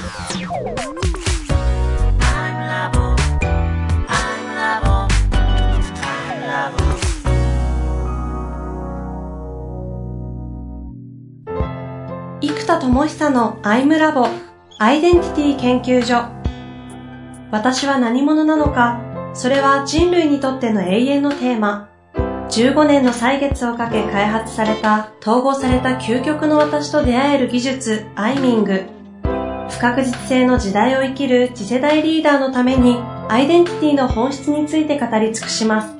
生田智久のアイムラボアイデンティティ研究所。私は何者なのか、それは人類にとっての永遠のテーマ。15年の歳月をかけ開発された統合された究極の私と出会える技術アイミング。不確実性の時代を生きる次世代リーダーのためにアイデンティティの本質について語り尽くします。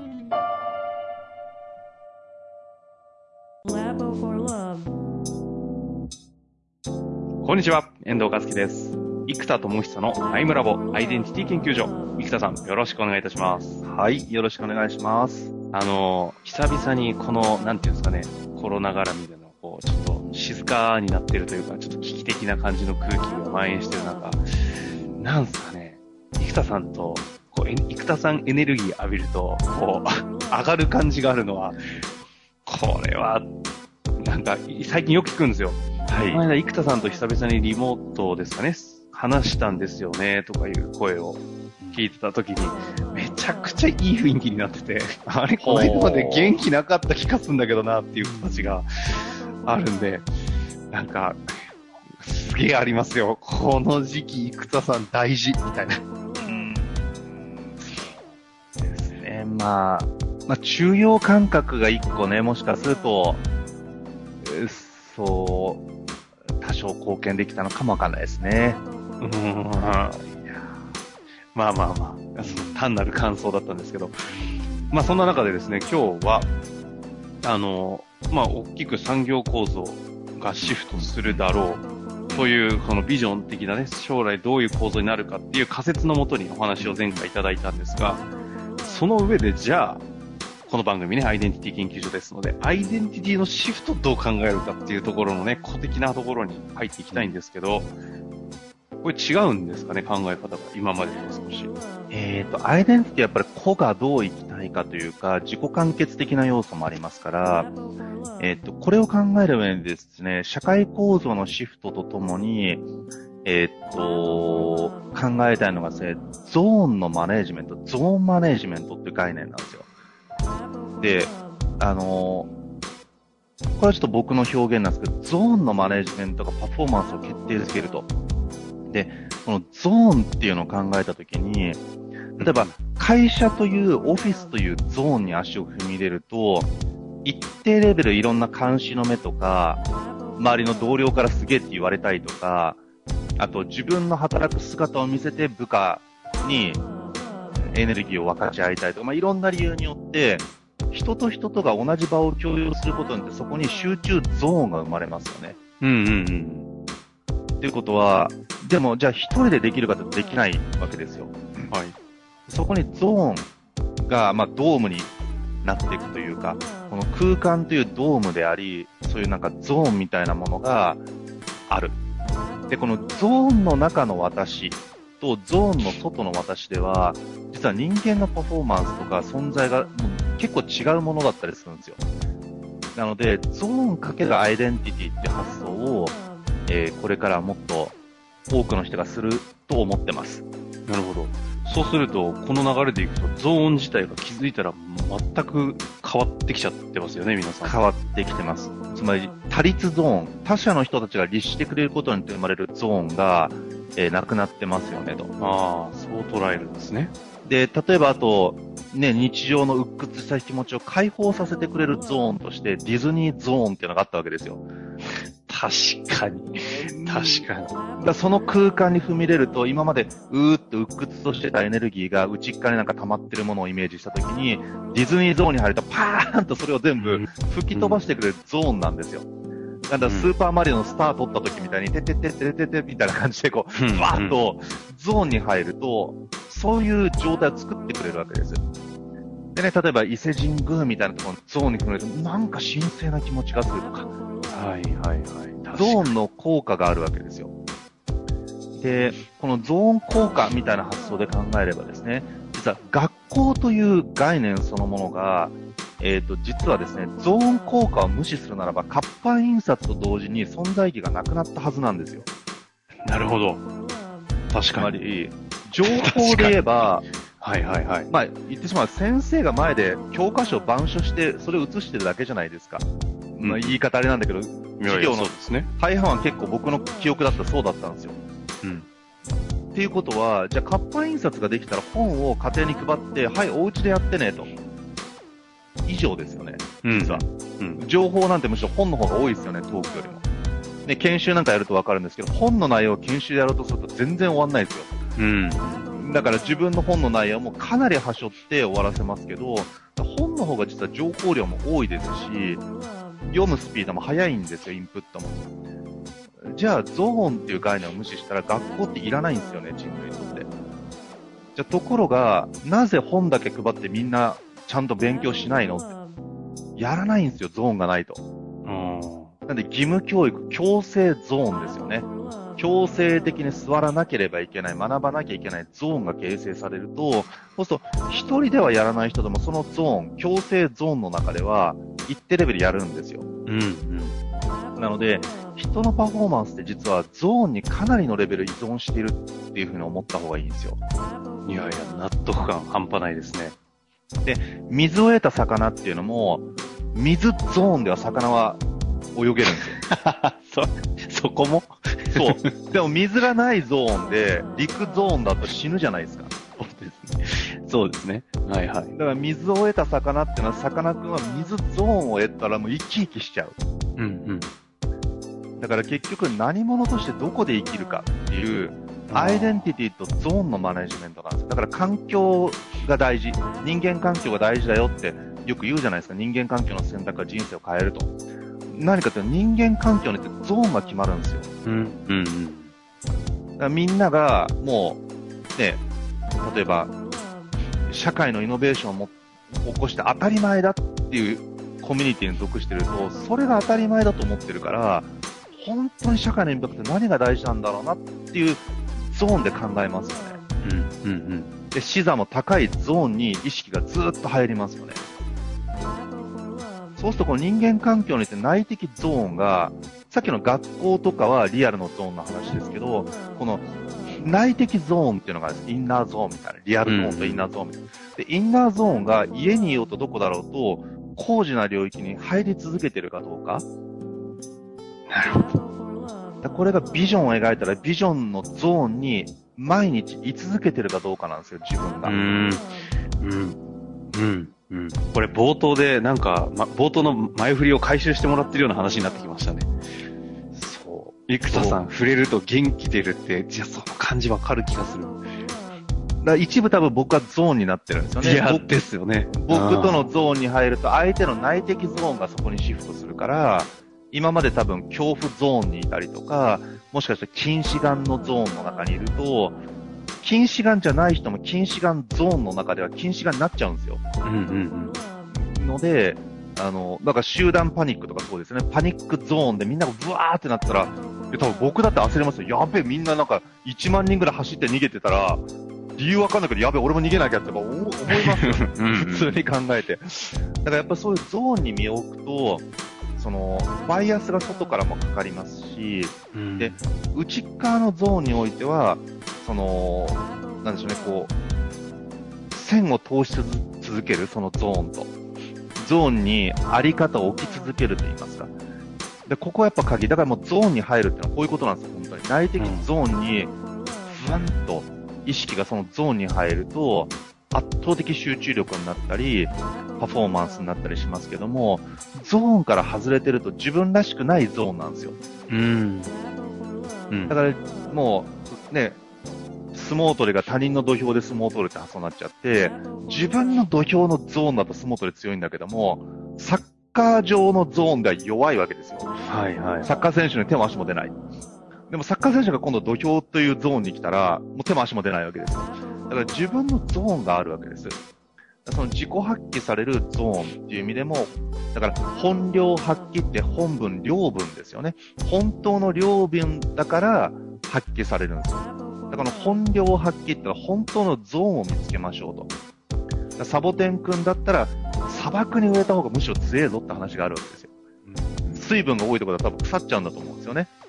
こんにちは、遠藤和樹です。生田智久のアイムラボアイデンティティ研究所。生田さん、よろしくお願いいたします。 はい、よろしくお願いします。 久々にこの、なんていうんですかね、コロナ絡みでの、ちょっと静かになってるというか、ちょっと危機的な感じの空気が蔓延してる中、なんすかね、生田さんと、生田さんエネルギー浴びると、上がる感じがあるのは、これは、なんか、最近よく聞くんですよ。はい。この間、生田さんと久々にリモートですかね、話したんですよね、とかいう声を聞いてた時に、めちゃくちゃいい雰囲気になってて、あれ、これまで元気なかった気がするんだけどな、っていう形があるんで、なんか、すげえありますよ。この時期、生田さん大事、みたいな。 ですね。まあ、中庸感覚が一個ね、もしかすると、多少貢献できたのかもわかんないですね。 まあ、単なる感想だったんですけど、まあそんな中でですね、今日は、大きく産業構造がシフトするだろうという、このビジョン的なね、将来どういう構造になるかっていう仮説のもとにお話を前回いただいたんですが、その上でじゃあ、この番組ね、アイデンティティ研究所ですので、アイデンティティのシフトどう考えるかっていうところのね、個的なところに入っていきたいんですけど、これ違うんですかね、考え方が今までと少し。 アイデンティティはやっぱり個がどう生きたいかというか、自己完結的な要素もありますから、これを考える上でですね、社会構造のシフトとともに、考えたいのがですね、ゾーンのマネージメント、ゾーンマネージメントっていう概念なんですよ。で、これはちょっと僕の表現なんですけど、ゾーンのマネージメントがパフォーマンスを決定づけると。で、このゾーンっていうのを考えたときに、例えば会社というオフィスというゾーンに足を踏み入れると、一定レベルいろんな監視の目とか、周りの同僚からすげえって言われたりとか、あと自分の働く姿を見せて部下にエネルギーを分かち合いたいとか、いろんな理由によって、人と人とが同じ場を共有することによってそこに集中ゾーンが生まれますよね。っていうことは、でもじゃあ一人でできるかとできないわけですよ。 はい。 そこにゾーンが、ドームになっていくというか、この空間というドームであり、そういうなんかゾーンみたいなものがある。で、このゾーンの中の私とゾーンの外の私では、実は人間のパフォーマンスとか存在が結構違うものだったりするんですよ。なので、ゾーンかけるアイデンティティって発想を、これからもっと多くの人がすると思ってます。 なるほど。そうすると、この流れでいくと、ゾーン自体が気づいたら全く変わってきちゃってますよね、皆さん。 変わってきてます。つまり、他律ゾーン、他者の人たちが律してくれることによって生まれるゾーンが、なくなってますよねと。 ああ、そう捉えるんですね。 で、例えばあと、ね、日常の鬱屈した気持ちを解放させてくれるゾーンとして、ディズニーゾーンっていうのがあったわけですよ。 確かに。 その空間に踏み入れると、今までうーっと鬱屈としてたエネルギーが内っ側になんか溜まってるものをイメージしたときに、ディズニーゾーンに入るとパーンとそれを全部吹き飛ばしてくれるゾーンなんですよ。なんだ、スーパーマリオのスター取った時みたいに、ててててててみたいな感じでこう、バーッとゾーンに入ると、そういう状態を作ってくれるわけです。でね、例えば伊勢神宮みたいなところのゾーンに踏み入れると、なんか神聖な気持ちがするとか。ゾーンの効果があるわけですよ。で、このゾーン効果みたいな発想で考えればですね、実は学校という概念そのものが、実はですね、ゾーン効果を無視するならば、活版印刷と同時に存在意義がなくなったはずなんですよ。 なるほど。 確かに。 つまり、情報で言えば、 はいはいはい。 まあ、言ってしまう先生が前で教科書を板書して、それを写してるだけじゃないですか。まあ、言い方あれなんだけど、授業の大半は結構僕の記憶だったらそうだったんですよ。 うん。 っていうことは、じゃあ活版印刷ができたら本を家庭に配って、はい、お家でやってねと。以上ですよね。実は。 うん。 情報なんてむしろ本の方が多いですよね、トークよりも。で、研修なんかやるとわかるんですけど、本の内容を研修でやろうとすると全然終わんないですよ。 うん。 だから自分の本の内容もかなり端折って終わらせますけど、本の方が実は情報量も多いですし、読むスピードも速いんですよ、インプットも。じゃあ、ゾーンっていう概念を無視したら学校っていらないんですよね、人類にとって。じゃあ、ところが、なぜ本だけ配ってみんなちゃんと勉強しないのって。やらないんですよ、ゾーンがないと。なんで、義務教育、強制ゾーンですよね。強制的に座らなければいけない、学ばなきゃいけないゾーンが形成されると、そうすると、一人ではやらない人でもそのゾーン、強制ゾーンの中では、一定レベルやるんですよ。なので、人のパフォーマンスって実はゾーンにかなりのレベル依存しているっていうふうに思った方がいいんですよ。 いやいや、納得感半端ないですね。 で、水を得た魚っていうのも、水ゾーンでは魚は泳げるんですよ。 そこもそう。でも水がないゾーンで、陸ゾーンだと死ぬじゃないですか。 そうですね。はいはい。 だから水を得た魚っていうのは、さかなクンは水ゾーンを得たらもう生き生きしちゃう。だから結局何者としてどこで生きるかっていう、アイデンティティとゾーンのマネジメントなんですよ。だから環境が大事。人間環境が大事だよってよく言うじゃないですか。人間環境の選択が人生を変えると。何かというと人間環境によってゾーンが決まるんですよ。だからみんながもう、ね、例えば、社会のイノベーションを起こして当たり前だっていうコミュニティに属してると、それが当たり前だと思ってるから、本当に社会のインパクトって何が大事なんだろうなっていうゾーンで考えますよね。で、視座も高いゾーンに意識がずっと入りますよね。そうするとこの人間環境によって内的ゾーンが、さっきの学校とかはリアルのゾーンの話ですけど、この内的ゾーンっていうのがインナーゾーンみたいな、リアルゾーンとインナーゾーンみたいな。で、インナーゾーンが家にいようとどこだろうと、高次な領域に入り続けてるかどうか。 なるほど。これがビジョンを描いたら、ビジョンのゾーンに毎日居続けてるかどうかなんですよ、自分が。 これ冒頭でなんか、冒頭の前振りを回収してもらってるような話になってきましたね。そう。生田さん触れると元気出るって、じゃあその感じわかる気がする。 だ一部多分僕はゾーンになってるんですよね。 いや、ですよね。 僕とのゾーンに入ると相手の内的ゾーンがそこにシフトするから、今まで多分恐怖ゾーンにいたりとか、もしかしたら近視眼のゾーンの中にいると、近視眼じゃない人も近視眼ゾーンの中では近視眼になっちゃうんですよ。ので、だから集団パニックとかそうですね。パニックゾーンでみんながブワーってなったら、多分僕だって焦りますよ。やべえ、みんななんか1万人ぐらい走って逃げてたら、理由わかんないけど、やべえ、俺も逃げなきゃって思いますよ。普通に考えて。だからやっぱそういうゾーンに身を置くと、バイアスが外からもかかりますし、で、内側のゾーンにおいては、なんでしょうね、こう、線を通し続ける、そのゾーンと。ゾーンにあり方を置き続けると言いますか。で、ここはやっぱ鍵。だからもうゾーンに入るってのはこういうことなんですよ、本当に。内的ゾーンに、ふわんと意識がそのゾーンに入ると、圧倒的集中力になったり、パフォーマンスになったりしますけども、ゾーンから外れてると自分らしくないゾーンなんですよ。だからもう、ね、相撲取りが他人の土俵で相撲を取るって発想になっちゃって、自分の土俵のゾーンだと相撲取り強いんだけども、サッカー場のゾーンでは弱いわけですよ。サッカー選手に手も足も出ない。でもサッカー選手が今度土俵というゾーンに来たら、もう手も足も出ないわけですよ。だから自分のゾーンがあるわけです。その自己発揮されるゾーンっていう意味でも、だから本領発揮って本文、領分ですよね。本当の領分だから発揮されるんですよ。だから本領発揮ってのは本当のゾーンを見つけましょうと。サボテン君だったら砂漠に植えた方がむしろ強えぞって話があるわけですよ。水分が多いところは多分腐っちゃうんだと思うんですよね。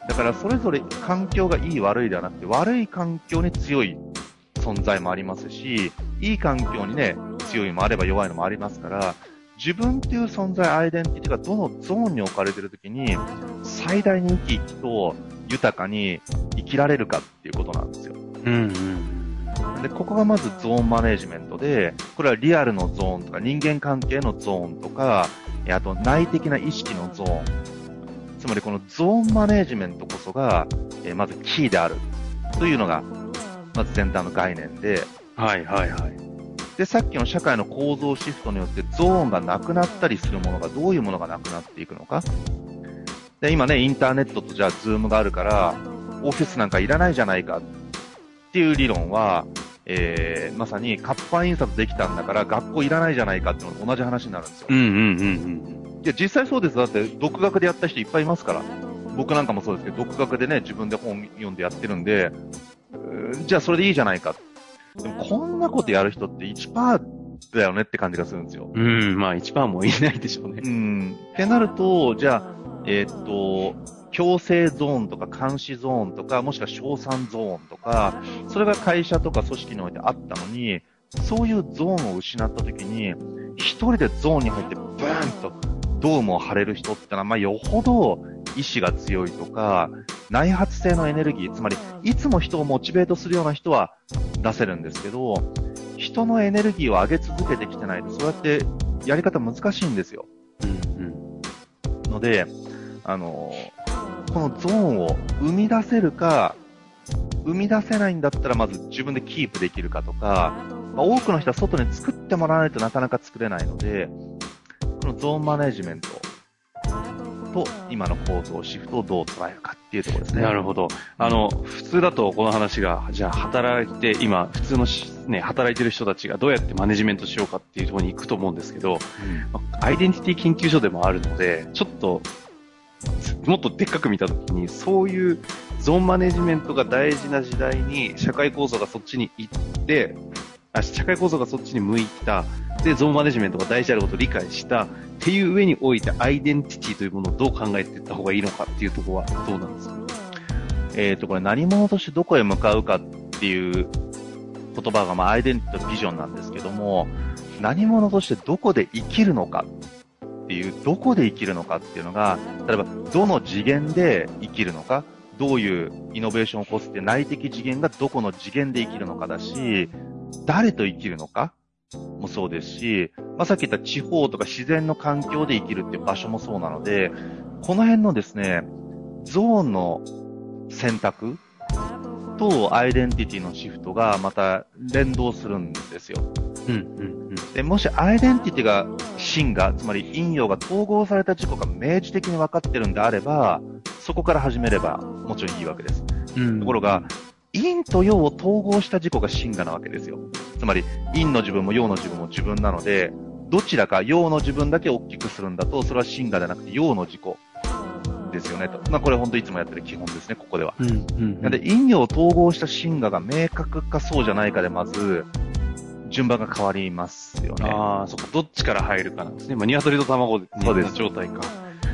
だからそれぞれ環境がいい悪いではなくて、悪い環境に強い存在もありますし、いい環境にね、強いもあれば弱いのもありますから、自分っていう存在、アイデンティティがどのゾーンに置かれているときに、最大に生き生きと豊かに生きられるかっていうことなんですよ。で、ここがまずゾーンマネジメントで、これはリアルのゾーンとか人間関係のゾーンとか、あと内的な意識のゾーン。つまりこのゾーンマネジメントこそが、まずキーであるというのが、まず全体の概念で、 はいはいはい。 で、さっきの社会の構造シフトによってゾーンがなくなったりするものがどういうものがなくなっていくのか。で、今ね、インターネットとじゃあズームがあるから、オフィスなんかいらないじゃないかっていう理論は、まさに活版印刷できたんだから学校いらないじゃないかっていうのと同じ話になるんですよ。いや、実際そうです。だって、独学でやった人いっぱいいますから。僕なんかもそうですけど、独学でね、自分で本読んでやってるんで、じゃあそれでいいじゃないか。でもこんなことやる人って 1% だよねって感じがするんですよ。 まあ 1% もいないでしょうね。 ってなると、じゃあ、強制ゾーンとか監視ゾーンとか、もしくは称賛ゾーンとか、それが会社とか組織においてあったのに、そういうゾーンを失った時に、一人でゾーンに入ってブーンとドームを張れる人ってのは、まあ、よほど意志が強いとか、内発性のエネルギー、つまり、いつも人をモチベートするような人は出せるんですけど、人のエネルギーを上げ続けてきてないと、そうやってやり方難しいんですよ。ので、このゾーンを生み出せるか、生み出せないんだったらまず自分でキープできるかとか、まあ、多くの人は外に作ってもらわないとなかなか作れないので、このゾーンマネジメントと今の構造、シフトをどう捉えるかっていうところですね。 なるほど。普通だとこの話が、じゃあ働いて、今、普通のね、働いてる人たちがどうやってマネジメントしようかっていうところに行くと思うんですけど、アイデンティティ研究所でもあるので、ちょっと、もっとでっかく見たときに、そういうゾーンマネジメントが大事な時代に、社会構造がそっちに行って、社会構造がそっちに向いた、で、ゾーンマネジメントが大事であることを理解したっていう上において、アイデンティティというものをどう考えていった方がいいのかっていうところはどうなんですか？ これ何者としてどこへ向かうかっていう言葉が、まあ、アイデンティティとビジョンなんですけども、何者としてどこで生きるのかっていう、どこで生きるのかっていうのが、例えば、どの次元で生きるのか、どういうイノベーションを起こすって内的次元がどこの次元で生きるのかだし、誰と生きるのかもそうですし、まあ、さっき言った地方とか自然の環境で生きるっていう場所もそうなので、この辺のですね、ゾーンの選択とアイデンティティのシフトがまた連動するんですよ。で、もしアイデンティティが真が、つまり陰陽が統合された自己が明示的に分かってるんであれば、そこから始めればもちろんいいわけです。ところが、陰と陽を統合した自己が真がなわけですよ。つまり、陰の自分も陽の自分も自分なので、どちらか陽の自分だけ大きくするんだと、それは真がではなくて陽の自己ですよねと。まあこれ本当いつもやってる基本ですね、ここでは。なので、陰陽を統合した真がが明確かそうじゃないかで、まず、順番が変わりますよね。 ああ、そこどっちから入るかなんですね。まあ、鶏と卵の状態か。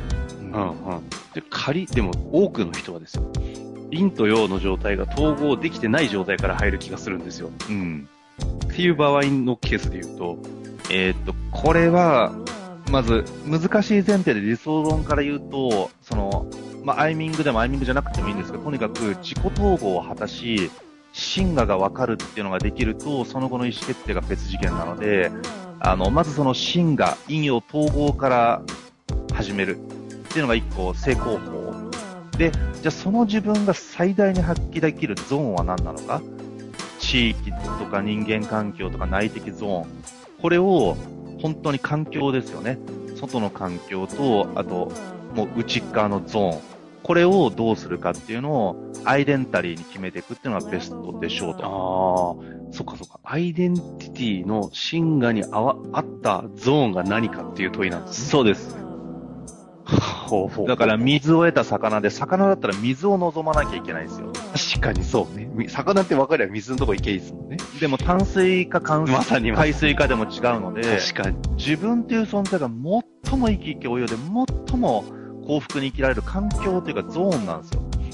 でも多くの人はですよ。陰と陽の状態が統合できてない状態から入る気がするんですよ。っていう場合のケースで言うと、 これは、まず、難しい前提で理想論から言うと、まあ、アイミングでもアイミングじゃなくてもいいんですけど、とにかく自己統合を果たし、真我が分かるっていうのができると、その後の意思決定が別次元なので、まずその真我、陰陽統合から始めるっていうのが一個成功法。で、じゃあその自分が最大に発揮できるゾーンは何なのか？地域とか人間環境とか内的ゾーン。これを本当に環境ですよね。外の環境と、あと、もう内側のゾーン。これをどうするかっていうのをアイデンタリーに決めていくっていうのがベストでしょうと。 そっかそっか。アイデンティティの真我に合ったゾーンが何かっていう問いなんですね。 そうです。だから水を得た魚で、魚だったら水を望まなきゃいけないですよ。 確かにそうね。魚って分かれば水のとこ行けばいいですもんね。 でも淡水かまさに海水かでも違うので、 確かに自分っていう存在が最も生き生き泳いで、最も幸福に生きられる環境というかゾーンなんですよ。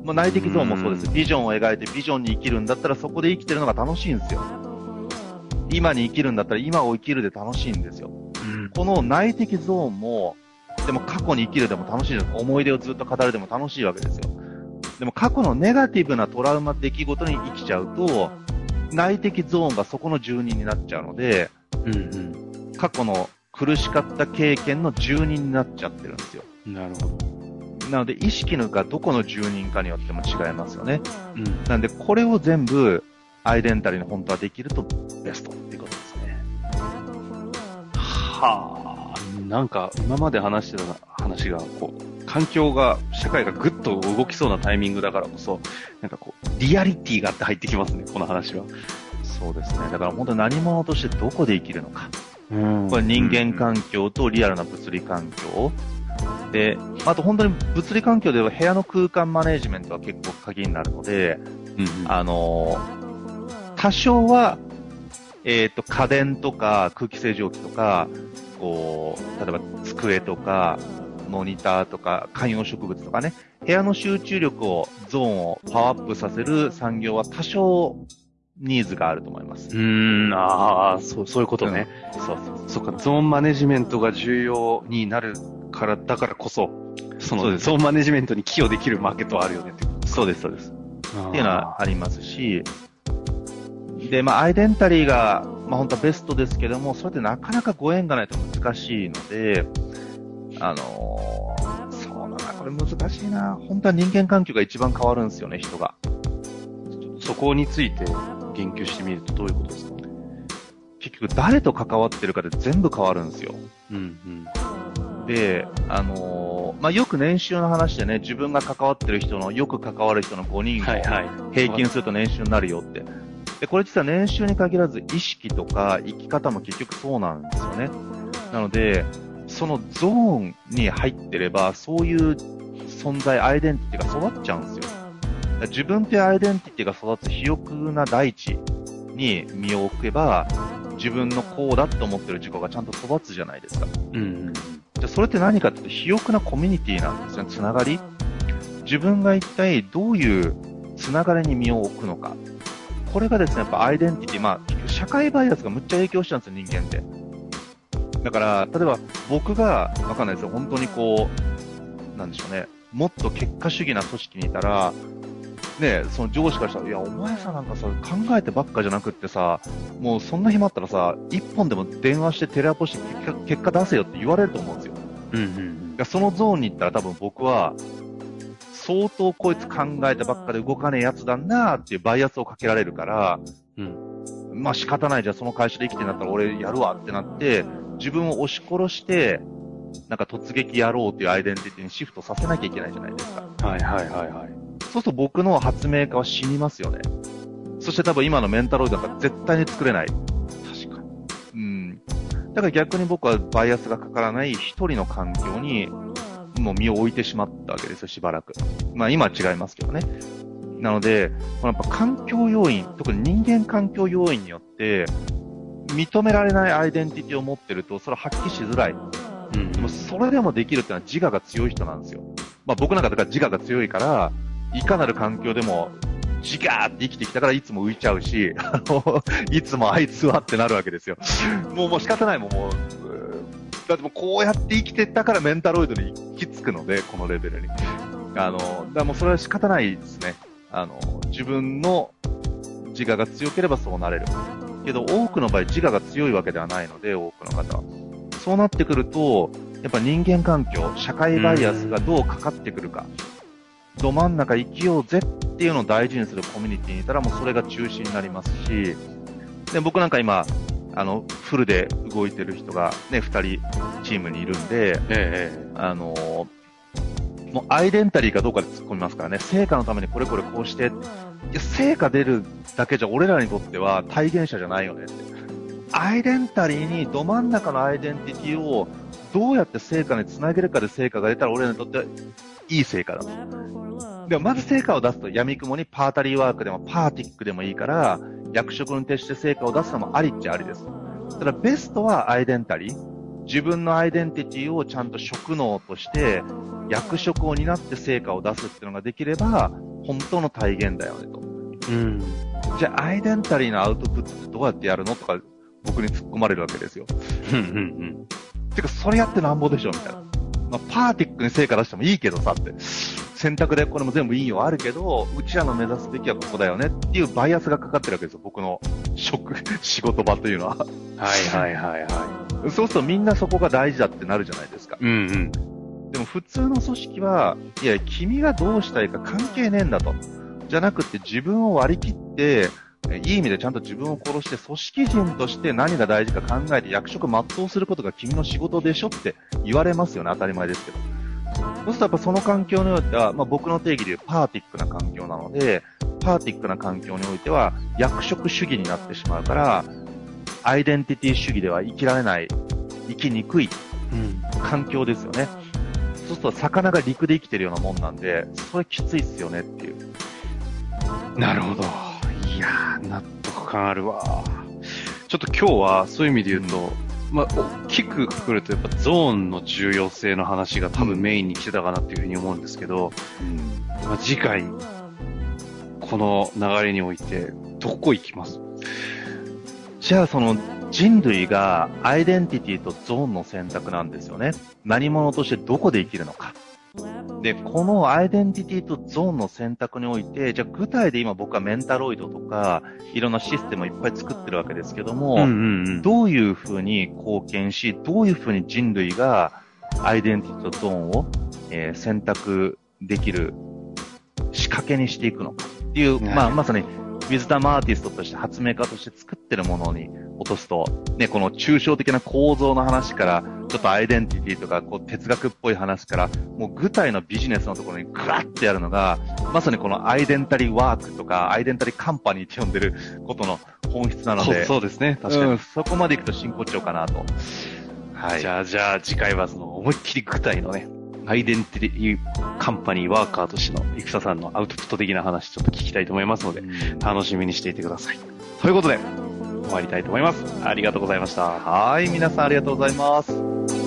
まあ、内的ゾーンもそうです。ビジョンを描いてビジョンに生きるんだったらそこで生きてるのが楽しいんですよ。今に生きるんだったら今を生きるで楽しいんですよ。この内的ゾーンも、でも過去に生きるでも楽しいです。思い出をずっと語るでも楽しいわけですよ。でも過去のネガティブなトラウマ出来事に生きちゃうと、内的ゾーンがそこの住人になっちゃうので、過去の苦しかった経験の住人になっちゃってるんですよ。 なるほど。 なので意識がどこの住人かによっても違いますよね。なんでこれを全部アイデンタリーに本当はできるとベストっていうことですね。 はあ、なんか今まで話してた話がこう環境が社会がぐっと動きそうなタイミングだからこそなんかこうリアリティがあって入ってきますね、この話は。 そうですね。だから本当に何者としてどこで生きるのか。これ人間環境とリアルな物理環境。で、あと本当に物理環境では部屋の空間マネジメントは結構鍵になるので、多少は、家電とか空気清浄機とか、こう、例えば机とか、モニターとか、観葉植物とかね、部屋の集中力を、ゾーンをパワーアップさせる産業は多少ニーズがあると思います。 そういうことね。そうか、ゾーンマネジメントが重要になるから、だからこそ、ゾーンマネジメントに寄与できるマーケットはあるよねっていうことですか。 そうです。っていうのはありますし、で、アイデンタリーが、本当はベストですけども、それってなかなかご縁がないと難しいので、そうだな、これ難しいな。本当は人間環境が一番変わるんですよね、人が。 そこについて言及してみるとどういうことですか？ 結局誰と関わってるかで全部変わるんですよ。で、よく年収の話でね、自分が関わってる人の、よく関わる人の5人を平均すると年収になるよって。で、これ実は年収に限らず意識とか生き方も結局そうなんですよね。なので、そのゾーンに入ってれば、そういう存在、アイデンティティが育っちゃうんですよ。自分というアイデンティティが育つ肥沃な大地に身を置けば、自分のこうだと思ってる自己がちゃんと育つじゃないですか。じゃそれって何かっていうと、肥沃なコミュニティなんですね、つながり。自分が一体どういうつながりに身を置くのか。これがですね、やっぱアイデンティティ、社会バイアスがむっちゃ影響しちゃうんですよ、人間って。だから、例えば僕が、わかんないですよ、本当にこう、なんでしょうね、もっと結果主義な組織にいたら、ね、その上司からしたら、いや、お前さ、なんかさ、考えてばっかじゃなくってさ、もうそんな暇あったらさ、一本でも電話してテレアポして結果出せよって言われると思うんですよ。そのゾーンに行ったら多分僕は、相当こいつ考えてばっかで動かねえやつだなーっていうバイアスをかけられるから、仕方ないじゃん、その会社で生きてんだったら俺やるわってなって、自分を押し殺して、なんか突撃やろうっていうアイデンティティにシフトさせなきゃいけないじゃないですか。そうすると僕の発明家は死にますよね。そして多分今のメンタロイドなんか絶対に作れない。 確かに。だから逆に僕はバイアスがかからない一人の環境にもう身を置いてしまったわけですよ、しばらく。今は違いますけどね。なので、やっぱ環境要因、特に人間環境要因によって、認められないアイデンティティを持ってると、それは発揮しづらい。でもそれでもできるっていうのは自我が強い人なんですよ。僕なんかだから自我が強いから、いかなる環境でも、自我って生きてきたからいつも浮いちゃうし、いつもあいつはってなるわけですよ。もう仕方ないもん、だってもうこうやって生きてったからメンタロイドに行き着くので、このレベルに。だからもうそれは仕方ないですね。自分の自我が強ければそうなれる。けど多くの場合自我が強いわけではないので、多くの方は。そうなってくると、やっぱ人間環境、社会バイアスがどうかかってくるか。ど真ん中生きようぜっていうのを大事にするコミュニティにいたらもうそれが中心になりますし、で、僕なんか今、フルで動いてる人がね、2人チームにいるんで、もうアイデンタリーかどうかで突っ込みますからね、成果のためにこれこれこうして、いや、成果出るだけじゃ俺らにとっては体現者じゃないよねって。アイデンタリーにど真ん中のアイデンティティをどうやって成果につなげるかで成果が出たら俺らにとってはいい成果だと。でもまず成果を出すと闇雲にパータリーワークでもパーティックでもいいから役職に徹して成果を出すのもありっちゃありです。ただベストはアイデンタリー。自分のアイデンティティをちゃんと職能として役職を担って成果を出すっていうのができれば本当の体現だよねと。 うん。 じゃあ、アイデンタリーのアウトプットってどうやってやるのとか、僕に突っ込まれるわけですよ。 うんうんうん。 てか、それやってなんぼでしょみたいな。まあ、パーティックに成果出してもいいけどさって。選択でこれも全部いいよあるけど、うちらの目指すべきはここだよねっていうバイアスがかかってるわけですよ。僕の仕事場というのは。 はいはいはいはい。 そうするとみんなそこが大事だってなるじゃないですか。 うんうん。 でも普通の組織は、いや、君がどうしたいか関係ねえんだと。じゃなくて自分を割り切って、いい意味でちゃんと自分を殺して組織人として何が大事か考えて役職全うすることが君の仕事でしょって言われますよね。当たり前ですけど。そうするとやっぱその環境においては、まあ、僕の定義で言うパーティックな環境なので、パーティックな環境においては役職主義になってしまうから、アイデンティティ主義では生きられない、生きにくい環境ですよね。そうすると魚が陸で生きてるようなもんなんで、それきついっすよねっていう。 なるほど。いやー、納得感あるわ。ちょっと今日はそういう意味で言うと、まあ、大きくくくるとやっぱゾーンの重要性の話が多分メインに来てたかなっていうふうに思うんですけど、まあ、次回、この流れにおいて、どこ行きます？ じゃあその人類がアイデンティティとゾーンの選択なんですよね。何者としてどこで生きるのか。で、このアイデンティティとゾーンの選択において、じゃあ具体で今僕はメンタロイドとか、いろんなシステムをいっぱい作ってるわけですけども、どういうふうに貢献し、どういうふうに人類がアイデンティティとゾーンを、選択できる仕掛けにしていくのかっていう、まさにウィズダムアーティストとして発明家として作ってるものに落とすと、ね、この抽象的な構造の話から、ちょっとアイデンティティとか、こう哲学っぽい話から、もう具体のビジネスのところにグラッてやるのが、まさにこのアイデンタリーワークとか、アイデンタリーカンパニーって呼んでることの本質なので、 そうですね、確かに。 そこまでいくと真骨頂かなと。 はい。じゃあ次回はその思いっきり具体のね、アイデンティティカンパニーワーカーとしての生田さんのアウトプット的な話ちょっと聞きたいと思いますので、楽しみにしていてください。ということで、終わりたいと思います。ありがとうございました。 はい、皆さんありがとうございます。